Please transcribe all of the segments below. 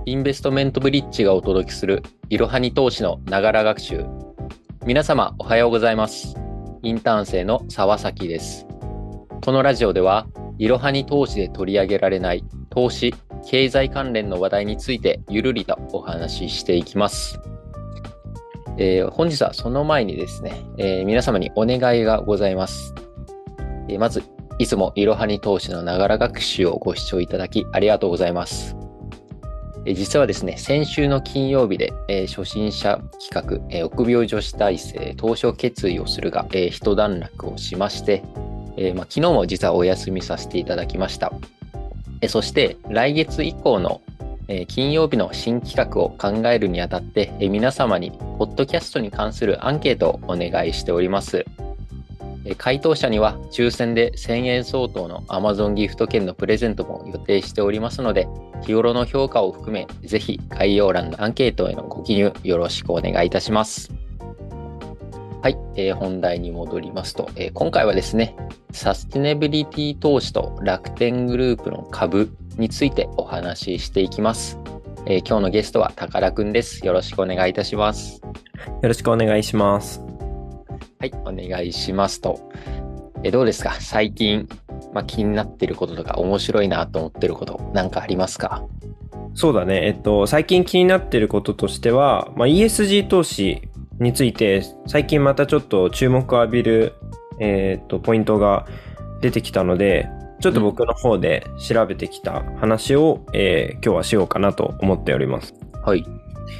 インベストメントブリッジがお届けするいろはに投資のながら学習。皆様おはようございます。インターン生の沢崎です。このラジオではいろはに投資で取り上げられない投資、経済関連の話題についてゆるりとお話ししていきます。本日はその前にですね、皆様にお願いがございます。まずいつもいろはに投資のながら学習をご視聴いただきありがとうございます。実はですね、先週の金曜日で、初心者企画、臆病女子大生投資を決意をするが、一段落をしまして、昨日も実はお休みさせていただきました。そして来月以降の、金曜日の新企画を考えるにあたって、皆様にポッドキャストに関するアンケートをお願いしております。回答者には抽選で1000円相当の Amazon ギフト券のプレゼントも予定しておりますので、日頃の評価を含めぜひ概要欄のアンケートへのご記入よろしくお願いいたします。はい、本題に戻りますと、今回はですね、サステナビリティ投資と楽天グループの株についてお話ししていきます。今日のゲストは高田くんです。よろしくお願いいたします。 よろしくお願いします。 はい、お願いしますと。どうですか最近、気になっていることとか面白いなと思っていることなんかありますか？ そうだね。最近気になっていることとしては、ESG 投資について最近またちょっと注目を浴びる、ポイントが出てきたので、ちょっと僕の方で調べてきた話を、今日はしようかなと思っております。 はい。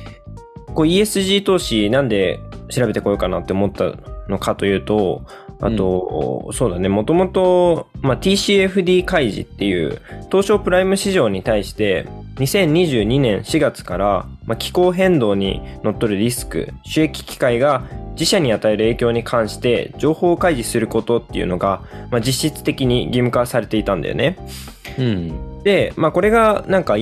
ESG 投資なんで調べてこようかなって思ったのかというと、あと、そうだね、もともと、TCFD 開示っていう東証プライム市場に対して2022年4月から、気候変動にのっとるリスク、収益機会が自社に与える影響に関して情報を開示することっていうのが、実質的に義務化されていたんだよね。で、これがなんか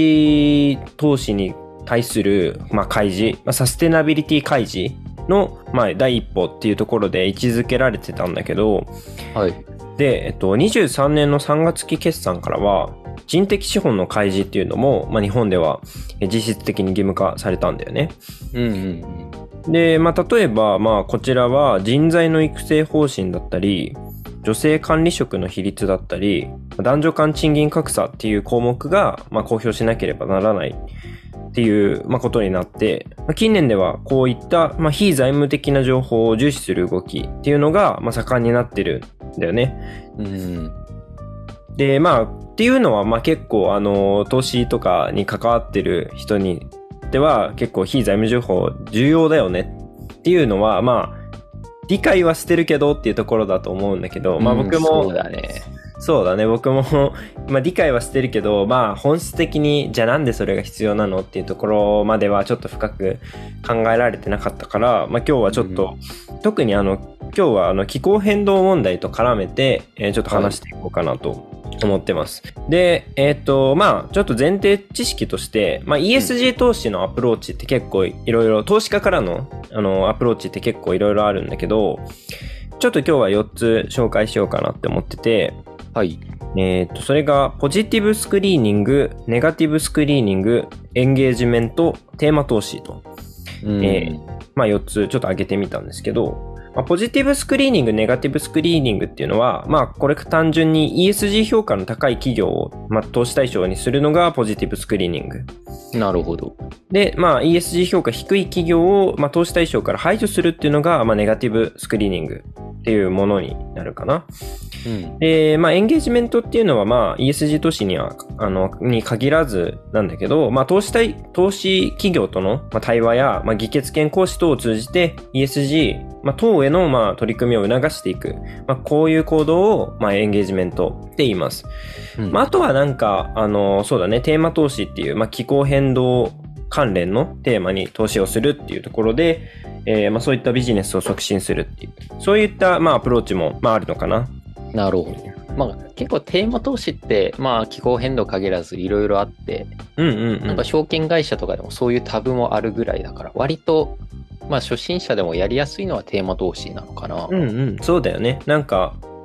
ESG 投資に対する、開示、サステナビリティ開示の、第一歩っていうところで位置づけられてたんだけど、 はい。 で、23年の3月期決算からは人的資本の開示っていうのも、日本では実質的に義務化されたんだよね。で、例えば、こちらは人材の育成方針だったり、女性管理職の比率だったり、男女間賃金格差っていう項目が、公表しなければならないっていう、ことになって、近年ではこういった、非財務的な情報を重視する動きっていうのが、盛んになってるんだよね。で、っていうのは、結構、投資とかに関わってる人にでは結構非財務情報重要だよねっていうのは、理解はしてるけどっていうところだと思うんだけど、僕も、そうだね。僕も、理解はしてるけど、本質的に、じゃあなんでそれが必要なのっていうところまではちょっと深く考えられてなかったから、今日はちょっと、特に今日は気候変動問題と絡めて、ちょっと話していこうかなと思ってます。で、ちょっと前提知識として、ESG 投資のアプローチって結構いろいろ、投資家からの、アプローチって結構いろいろあるんだけど、ちょっと今日は4つ紹介しようかなって思ってて、 はい。 それがポジティブスクリーニング、ネガティブスクリーニング、エンゲージメント、テーマ投資と、4つちょっと挙げてみたんですけど、ポジティブスクリーニング、ネガティブスクリーニングっていうのは、これ単純に ESG 評価の高い企業を、投資対象にするのがポジティブスクリーニング。 なるほど。で、 ESG 評価低い企業を、投資対象から排除するっていうのが、ネガティブスクリーニングっていうものになるかな。で、エンゲージメントっていうのは、ESG 投資には、に限らずなんだけど、投資企業との対話や、議決権行使等を通じて ESG、等への取り組みを促していく。こういう行動を、エンゲージメントって言います。あとはなんか、そうだね、テーマ投資っていう、気候変動関連のテーマに投資をするっていうところで、そういったビジネスを促進するっていう、そういった、アプローチも、あるのかな。 なるほど。結構テーマ投資って、気候変動限らずいろいろあって、なんか証券会社とかでもそういうタブもあるぐらいだから、割と、初心者でもやりやすいのはテーマ投資なのかな。 そうだよね。なんか、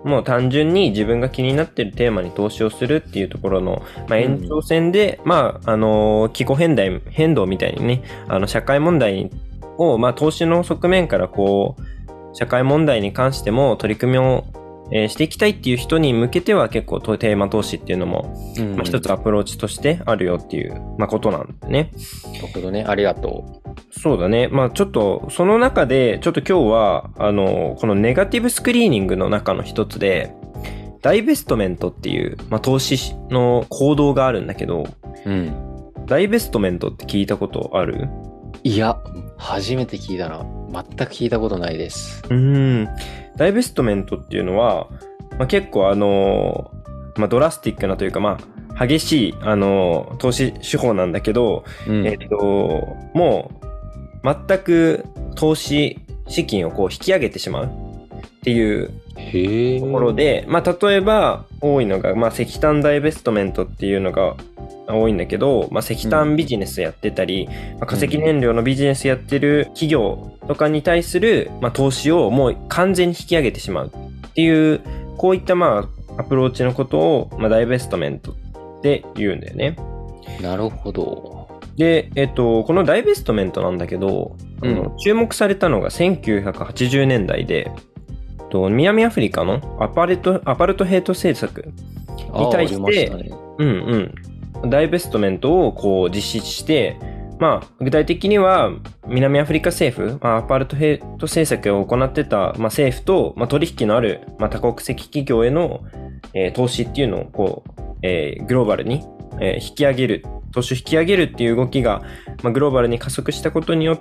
もう単純に自分が気になってるテーマに投資をするっていうところの、延長線で、気候変動みたいにね、社会問題を、投資の側面から社会問題に関しても取り組みをしていきたいっていう人に向けては結構テーマ投資っていうのも、一つアプローチとしてあるよっていう、ことなんだね。 なるほどね。ありがとう。 そうだね。ちょっとその中でちょっと今日はこのネガティブスクリーニングの中の一つでダイベストメントっていう、投資の行動があるんだけど、ダイベストメントって聞いたことある？ いや、初めて聞いたな。全く聞いたことないです。 ダイベストメントっていうのは、結構ドラスティックなというか、激しい投資手法なんだけど、もう全く投資資金を引き上げてしまうっていうところで、例えば多いのが、石炭ダイベストメントっていうのが多いんだけど、石炭ビジネスやってたり、化石燃料のビジネスやってる企業とかに対する、投資をもう完全に引き上げてしまうっていう、こういったアプローチのことを、ダイベストメントって言うんだよね。 なるほど。 で、このダイベストメントなんだけど、注目されたのが1980年代で、南アフリカのアパルトヘイト政策に対して、ダイベストメントを実施して、具体的には南アフリカ政府、アパルトヘイト政策を行ってた、政府と、取引のある、多国籍企業への、投資っていうのをグローバルに、引き上げる、投資を引き上げるっていう動きが、グローバルに加速したことによって、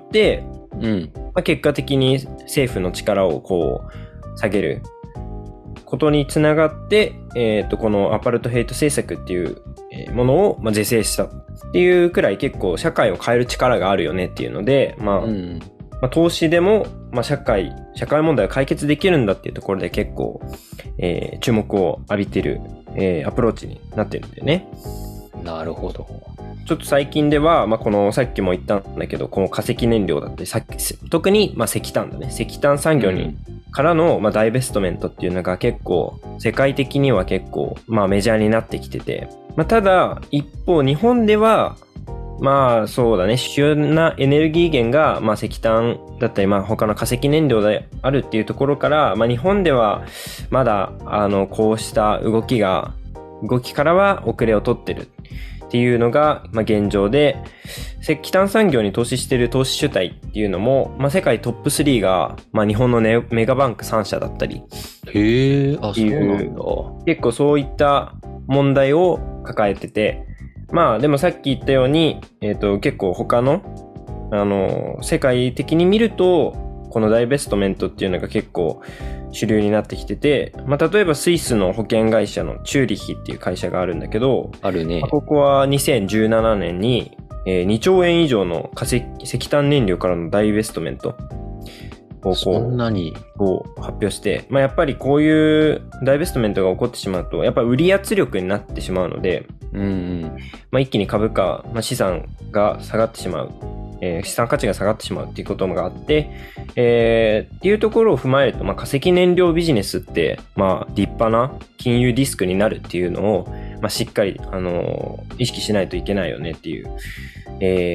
結果的に政府の力を下げることにつながって、このアパルトヘイト政策っていうものを是正したっていうくらい結構社会を変える力があるよねっていうので、投資でも、社会問題を解決できるんだっていうところで結構、注目を浴びてる、アプローチになってるんだよね。 なるほど。 ちょっと最近では、このさっきも言ったんだけど、この化石燃料だって特に、石炭だね。石炭産業に、からの、ダイベストメントっていうのが結構、世界的には結構、メジャーになってきてて。ただ、一方、日本では、そうだね、主要なエネルギー源が、石炭だったり、他の化石燃料であるっていうところから、日本では、まだ、こうした動きからは遅れを取ってるっていうのが、現状で、石炭産業に投資している投資主体っていうのも、世界トップ3が、日本のメガバンク3社だったり。 へー、あ、そうなんだ。 結構そういった問題を抱えてて、でもさっき言ったように、結構他の、世界的に見ると、このダイベストメントっていうのが結構主流になってきてて、例えばスイスの保険会社のチューリッヒっていう会社があるんだけど、 あるね。 ここは2017年に、2兆円以上の石炭燃料からのダイベストメントをそんなに発表して、やっぱりこういうダイベストメントが起こってしまうと、やっぱり売り圧力になってしまうので、一気に株価、資産が下がってしまう。資産価値が下がってしまうっていうことがあって、っていうところを踏まえると、化石燃料ビジネスって、立派な金融リスクになるっていうのを、しっかり、意識しないといけないよねっていう、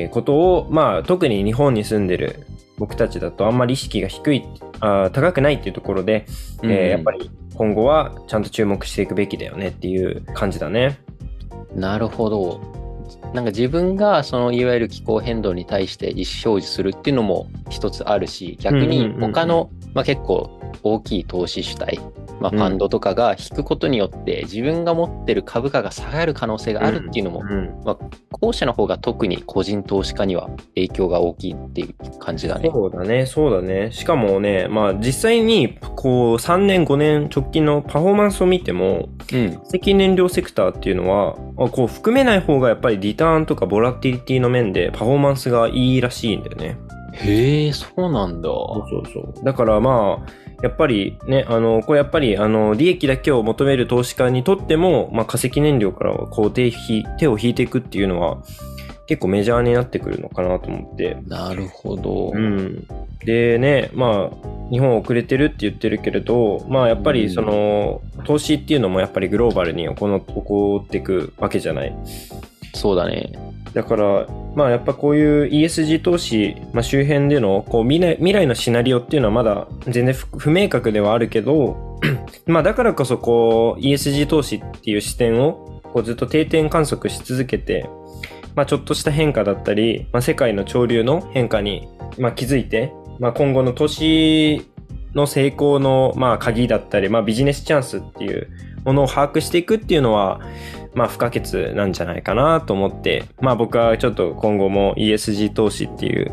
ことを、特に日本に住んでる僕たちだとあんまり意識が高くないっていうところで、やっぱり今後はちゃんと注目していくべきだよねっていう感じだね。 なるほど。なんか自分がそのいわゆる気候変動に対して意思表示するっていうのも一つあるし、逆に他の、結構大きい投資主体、ファンドとかが引くことによって自分が持ってる株価が下がる可能性があるっていうのも、後者の方が特に個人投資家には影響が大きいっていう感じだね。 そうだね。しかもね、実際に3年5年直近のパフォーマンスを見ても、化石燃料セクターっていうのは含めない方がやっぱりリターンとかボラティリティの面でパフォーマンスがいいらしいんだよね。 へえ、そうなんだ。 そう。だからやっぱりね、これやっぱり利益だけを求める投資家にとっても、化石燃料からは手を引いていくっていうのは、 結構メジャーになってくるのかなと思って。 なるほど。 でね、まあ、日本遅れてるって言ってるけれど、まあやっぱりその、投資っていうのもやっぱりグローバルに起こっていくわけじゃない。 そうだね。 だから、まあやっぱこういう ESG 投資、まあ、周辺でのこう未来のシナリオっていうのはまだ全然不明確ではあるけど、まあだからこそこう ESG 投資っていう視点をこうずっと定点観測し続けて、まあちょっとした変化だったり、まあ世界の潮流の変化にまあ気づいて、まあ今後の投資の成功のまあ鍵だったり、まあビジネスチャンスっていうものを把握していくっていうのは、まあ不可欠なんじゃないかなと思って、まあ僕はちょっと今後も ESG 投資っていう、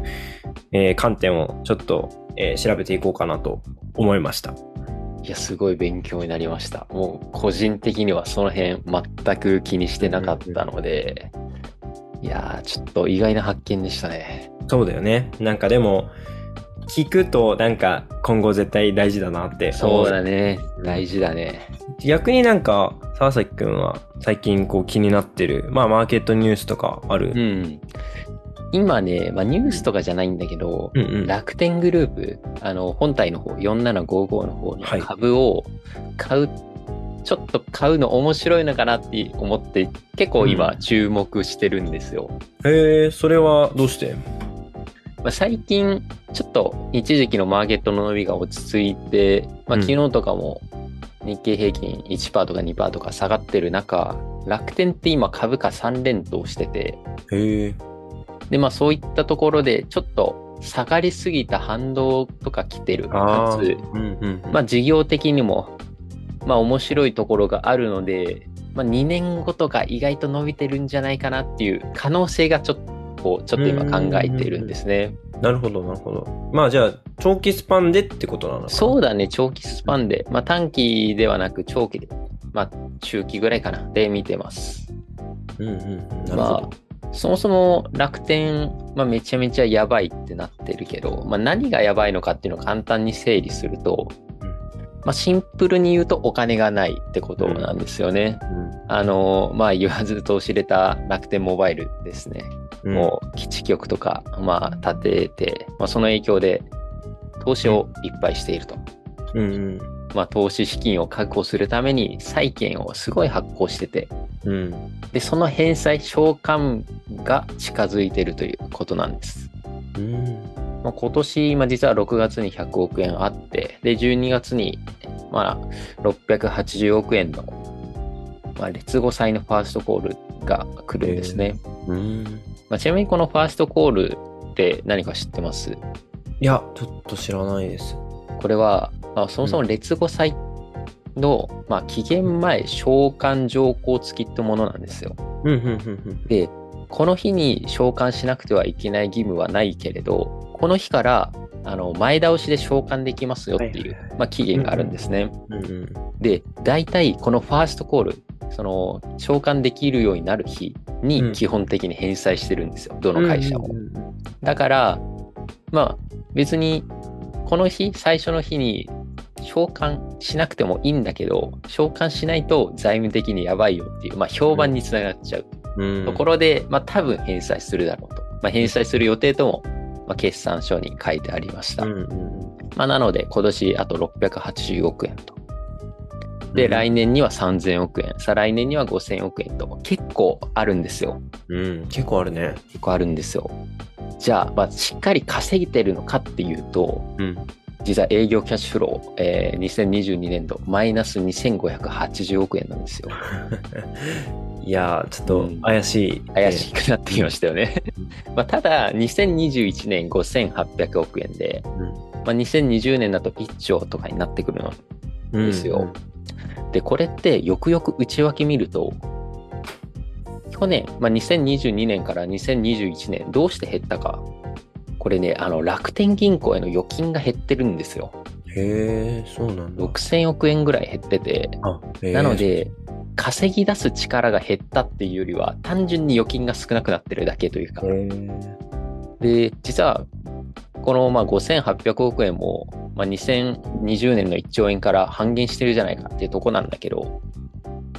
観点をちょっと、調べていこうかなと思いました。 いや、すごい勉強になりました。もう個人的にはその辺全く気にしてなかったので、いやー、ちょっと意外な発見でしたね。 そうだよね。なんかでも、聞くとなんか今後絶対大事だなって思う。 そうだね。大事だね。 逆になんか沢崎くんは最近こう気になってるマーケットニュースとかある？ 今ね、ニュースとかじゃないんだけど、楽天グループ、本体の方4755の方の株をちょっと買うの面白いのかなって思って結構今注目してるんですよ。 へえ、それはどうして？ 最近ちょっと一時期のマーケットの伸びが落ち着いて、昨日とかも日経平均 1% とか 2% とか下がってる中、楽天って今株価3連投してて、でそういったところでちょっと下がりすぎた反動とか来てるかつ、事業的にも面白いところがあるので、2年後とか意外と伸びてるんじゃないかなっていう可能性がちょっと今考えてるんですね。 なるほど、なるほど。じゃあ、長期スパンでってことなのかな？そうだね、長期スパンで。短期ではなく長期で。中期ぐらいかな。で見てます。なるほど。そもそも楽天、めちゃめちゃやばいってなってるけど、何がやばいのかっていうのを簡単に整理すると、シンプルに言うとお金がないってことなんですよね。言わずと知れた楽天モバイルですね。もう基地局とか、建てて、その影響で投資をいっぱいしていると。投資資金を確保するために債券をすごい発行してて、で、その返済償還が近づいているということなんです。今年、実は6月に100億円あって、で、12月に、680億円の、劣後債のファーストコールが来るんですね。ちなみにこのファーストコールって何か知ってます？ いや、ちょっと知らないです。 これは、そもそも劣後債の、期限前償還条項付きってものなんですよ。で、この日に償還しなくてはいけない義務はないけれど、この日から前倒しで償還できますよっていう、期限があるんですね。で、大体このファーストコール、その償還できるようになる日に基本的に返済してるんですよ、どの会社も。だから別にこの日、最初の日に償還しなくてもいいんだけど、償還しないと財務的にやばいよっていう、評判につながっちゃうところで、多分返済するだろうと。返済する予定とも、決算書に書いてありました。なので今年あと680億円と。で、来年には3000億円、再来年には5000億円と結構あるんですよ。 結構あるね。 結構あるんですよ。じゃあ、しっかり稼げてるのかっていうと、実は営業キャッシュフロー、2022年度マイナス2580億円なんですよ。 いやー、ちょっと怪しくなってきましたよね。ただ、2021年5800億円で、2020年だと1兆とかになってくるんですよ。で、これってよくよく内訳見ると、去年、2022年から2021年、どうして減ったか。これね、楽天銀行への預金が減ってるんですよ。 へー、そうなんだ。 6000億円ぐらい減ってて、なので、稼ぎ出す力が減ったっていうよりは、単純に預金が少なくなってるだけというか。で、実は、この5800億円も、2020年の1兆円から半減してるじゃないかっていうとこなんだけど、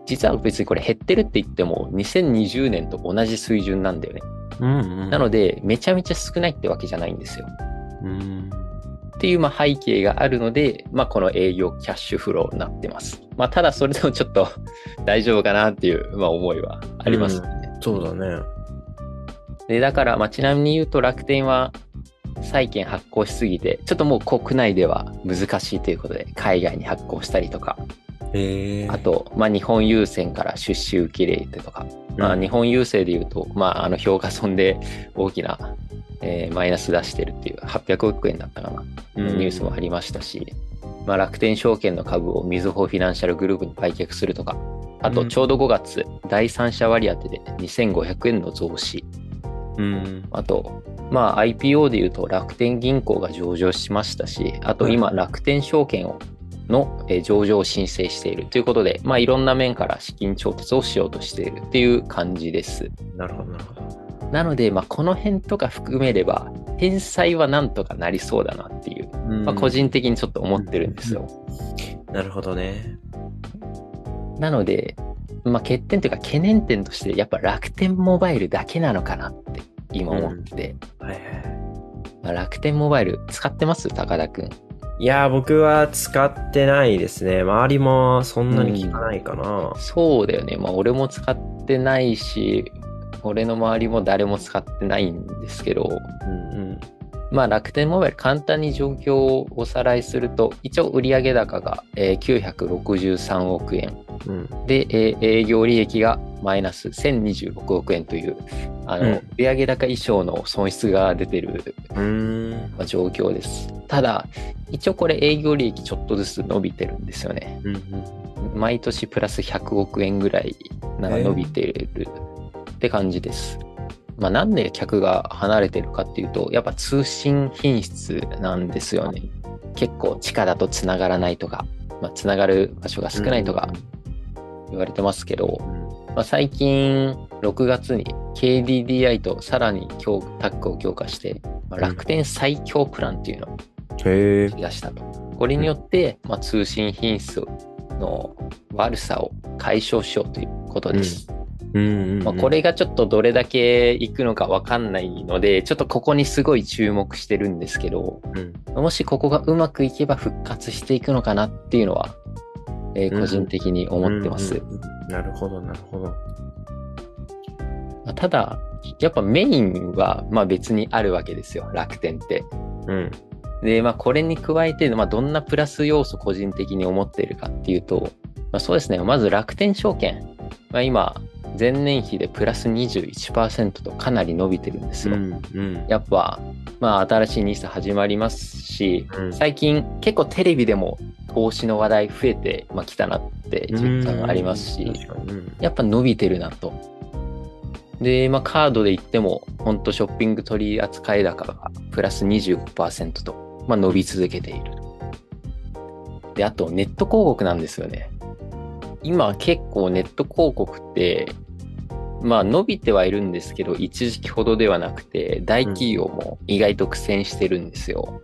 実は別にこれ減ってるって言っても2020年と同じ水準なんだよね。なのでめちゃめちゃ少ないってわけじゃないんですよ。っていう背景があるので、この営業キャッシュフローになってます。ただそれでもちょっと大丈夫かなっていう、思いはありますね。 そうだね。 で、だからちなみに言うと楽天は債券発行しすぎて、ちょっともう国内では難しいということで海外に発行したりとか、あと、日本郵船から出資受け入れてとか、日本郵政で言うと、評価損で大きな、マイナス出してるっていう800億円だったかな、ニュースもありましたし、楽天証券の株をみずほフィナンシャルグループに売却するとか、あとちょうど5月、第三者割当で2500円の増資、あと、IPO で言うと楽天銀行が上場しましたし、あと今楽天証券の上場を申請しているということで、いろんな面から資金調達をしようとしているっていう感じです。 なるほど、なるほど。 なので、この辺とか含めれば、返済はなんとかなりそうだなっていう、個人的にちょっと思ってるんですよ。 なるほどね。 なので、欠点というか懸念点として、やっぱ楽天モバイルだけなのかなって今思ってて。楽天モバイル使ってます？高田くん。 いや、僕は使ってないですね。周りもそんなに聞かないかな。 そうだよね。俺も使ってないし、俺の周りも誰も使ってないんですけど、楽天モバイル簡単に状況をおさらいすると、一応売上高が963億円、で営業利益がマイナス1026億円という売上高以上の損失が出てる状況です。ただ一応これ営業利益ちょっとずつ伸びてるんですよね。毎年プラス100億円ぐらい伸びてるって感じです。なんで客が離れてるかっていうと、やっぱ通信品質なんですよね。結構地下だとつながらないとか、つながる場所が少ないとか言われてますけど、最近6月に KDDI とさらにタッグを強化して、楽天最強プランっていうのを出したと。これによって、通信品質の悪さを解消しようということです。これがちょっとどれだけいくのか分かんないので、ちょっとここにすごい注目してるんですけど、もしここがうまくいけば復活していくのかなっていうのは、個人的に思ってます。 なるほど、なるほど。 ただやっぱメインは別にあるわけですよ、楽天って。でこれに加えてどんなプラス要素個人的に思っているかっていうと、そうですね、まず楽天証券、今前年比でプラス 21% とかなり伸びてるんですよ。やっぱ新しいNISA始まりますし、最近結構テレビでも投資の話題増えてきたなって実感がありますし、やっぱ伸びてるなと。でカードで言っても本当ショッピング取扱高がプラス 25% と、伸び続けている。であとネット広告なんですよね。今結構ネット広告って伸びてはいるんですけど、一時期ほどではなくて大企業も意外と苦戦してるんですよ。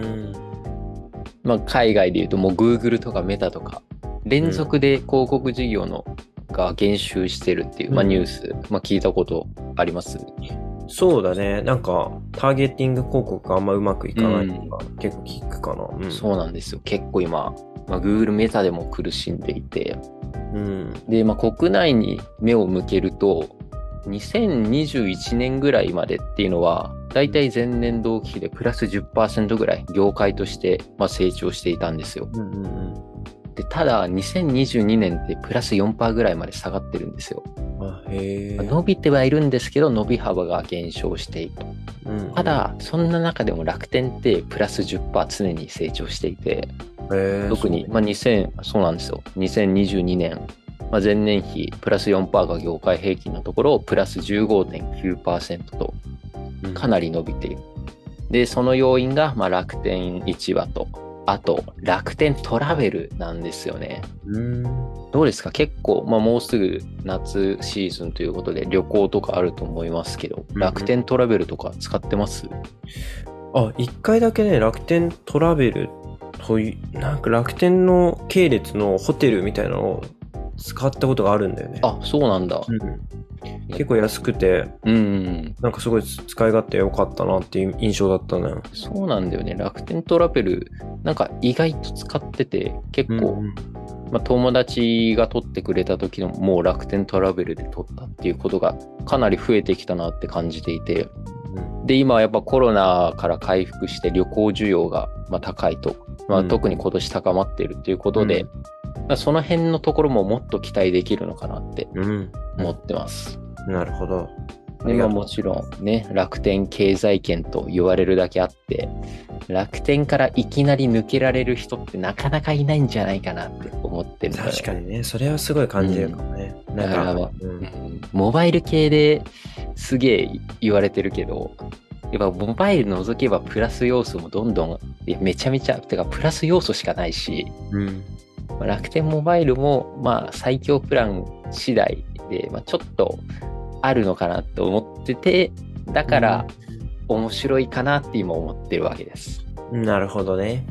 海外でいうともう Google とかメタとか連続で広告事業が減収してるっていう、ニュース、聞いたことあります？ そうだね。なんかターゲティング広告があんまうまくいかないとか、結構聞くかな。 そうなんですよ。結構今、Google メタでも苦しんでいて、で国内に目を向けると2021年ぐらいまでっていうのはだいたい前年同期比でプラス 10% ぐらい業界として成長していたんですよ。でただ2022年ってプラス 4% ぐらいまで下がってるんですよ。伸びてはいるんですけど伸び幅が減少していると。ただそんな中でも楽天ってプラス 10% 常に成長していて、特にそうなんですよ。2022年、前年比プラス 4% が業界平均のところプラス 15.9% とかなり伸びている。でその要因が楽天市場と、あと楽天トラベルなんですよね。どうですか？結構、もうすぐ夏シーズンということで旅行とかあると思いますけど、楽天トラベルとか使ってます？ 一回だけね、楽天トラベルというなんか楽天の系列のホテルみたいなのを使ったことがあるんだよね。 あ、そうなんだ。 結構安くて、なんかすごい使い勝手良かったなっていう印象だったね。 そうなんだよね。楽天トラベル、なんか意外と使ってて、結構、友達が取ってくれた時のもう楽天トラベルで取ったっていうことがかなり増えてきたなって感じていて、で、今はやっぱコロナから回復して旅行需要が高いと、特に今年高まっているということで、その辺のところももっと期待できるのかなって思ってます。 なるほど。 で、もちろんね、楽天経済圏と言われるだけあって、楽天からいきなり抜けられる人ってなかなかいないんじゃないかなって思ってるのよ。 確かにね、それはすごい感じるかもね。 だから、モバイル系ですげえ言われてるけど、やっぱモバイル除けばプラス要素もどんどん、めちゃめちゃ、てかプラス要素しかないし、楽天モバイルも最強プラン次第で、ちょっとあるのかなと思ってて、だから面白いかなって今思ってるわけです。 なるほどね。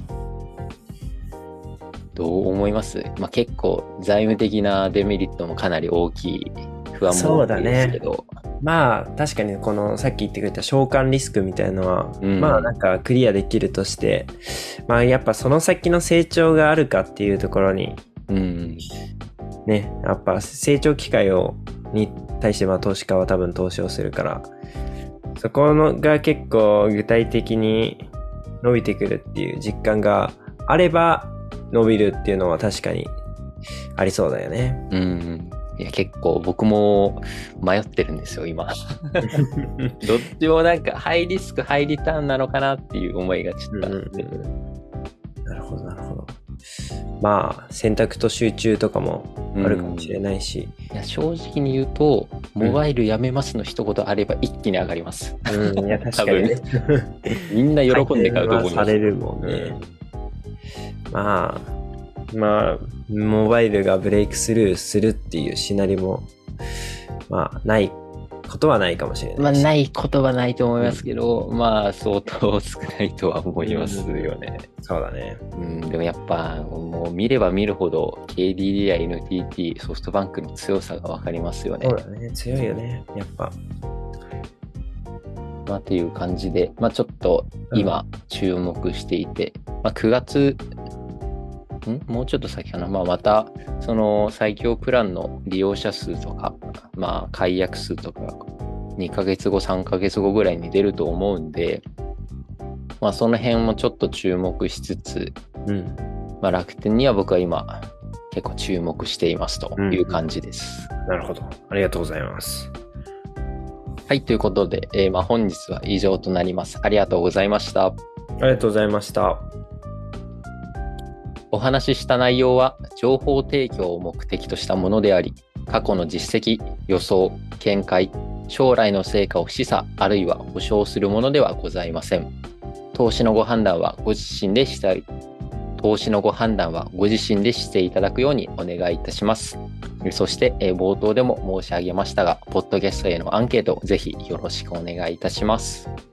どう思います？結構財務的なデメリットもかなり大きい、不安も大きいですけど。 確かにこのさっき言ってくれた償還リスクみたいなのは、なんかクリアできるとして、やっぱその先の成長があるかっていうところに、ね、やっぱ成長機会に対して投資家は多分投資をするから、そこが結構具体的に伸びてくるっていう実感があれば伸びるっていうのは確かにありそうだよね。 いや結構僕も迷ってるんですよ今。どっちもなんかハイリスクハイリターンなのかなっていう思いがちょっとあって、 なるほどなるほど。選択と集中とかもあるかもしれないし、 いや正直に言うとモバイルやめますの一言あれば一気に上がります。 いや確かにね。 みんな喜んで買うと思います。 されるもんね。モバイルがブレイクスルーするっていうシナリオもないことはないかもしれない。 ないことはないと思いますけど、相当少ないとは思いますよね。 そうだね。 でもやっぱもう見れば見るほど KDDI、NTT、ソフトバンクの強さが分かりますよね。 そうだね、強いよね、やっぱ。 っていう感じで、ちょっと今注目していて、9月もうちょっと先かな。またその最強プランの利用者数とか、解約数とか2ヶ月後3ヶ月後ぐらいに出ると思うんで、その辺もちょっと注目しつつ、楽天には僕は今結構注目していますという感じです。 なるほど、ありがとうございます。 はい、ということで、本日は以上となります。ありがとうございました。 ありがとうございました。 お話しした内容は情報提供を目的としたものであり、過去の実績、予想、見解、将来の成果を示唆あるいは保証するものではございません。投資のご判断はご自身でしていただくようにお願いいたします。そして冒頭でも申し上げましたが、ポッドキャストへのアンケートをぜひよろしくお願いいたします。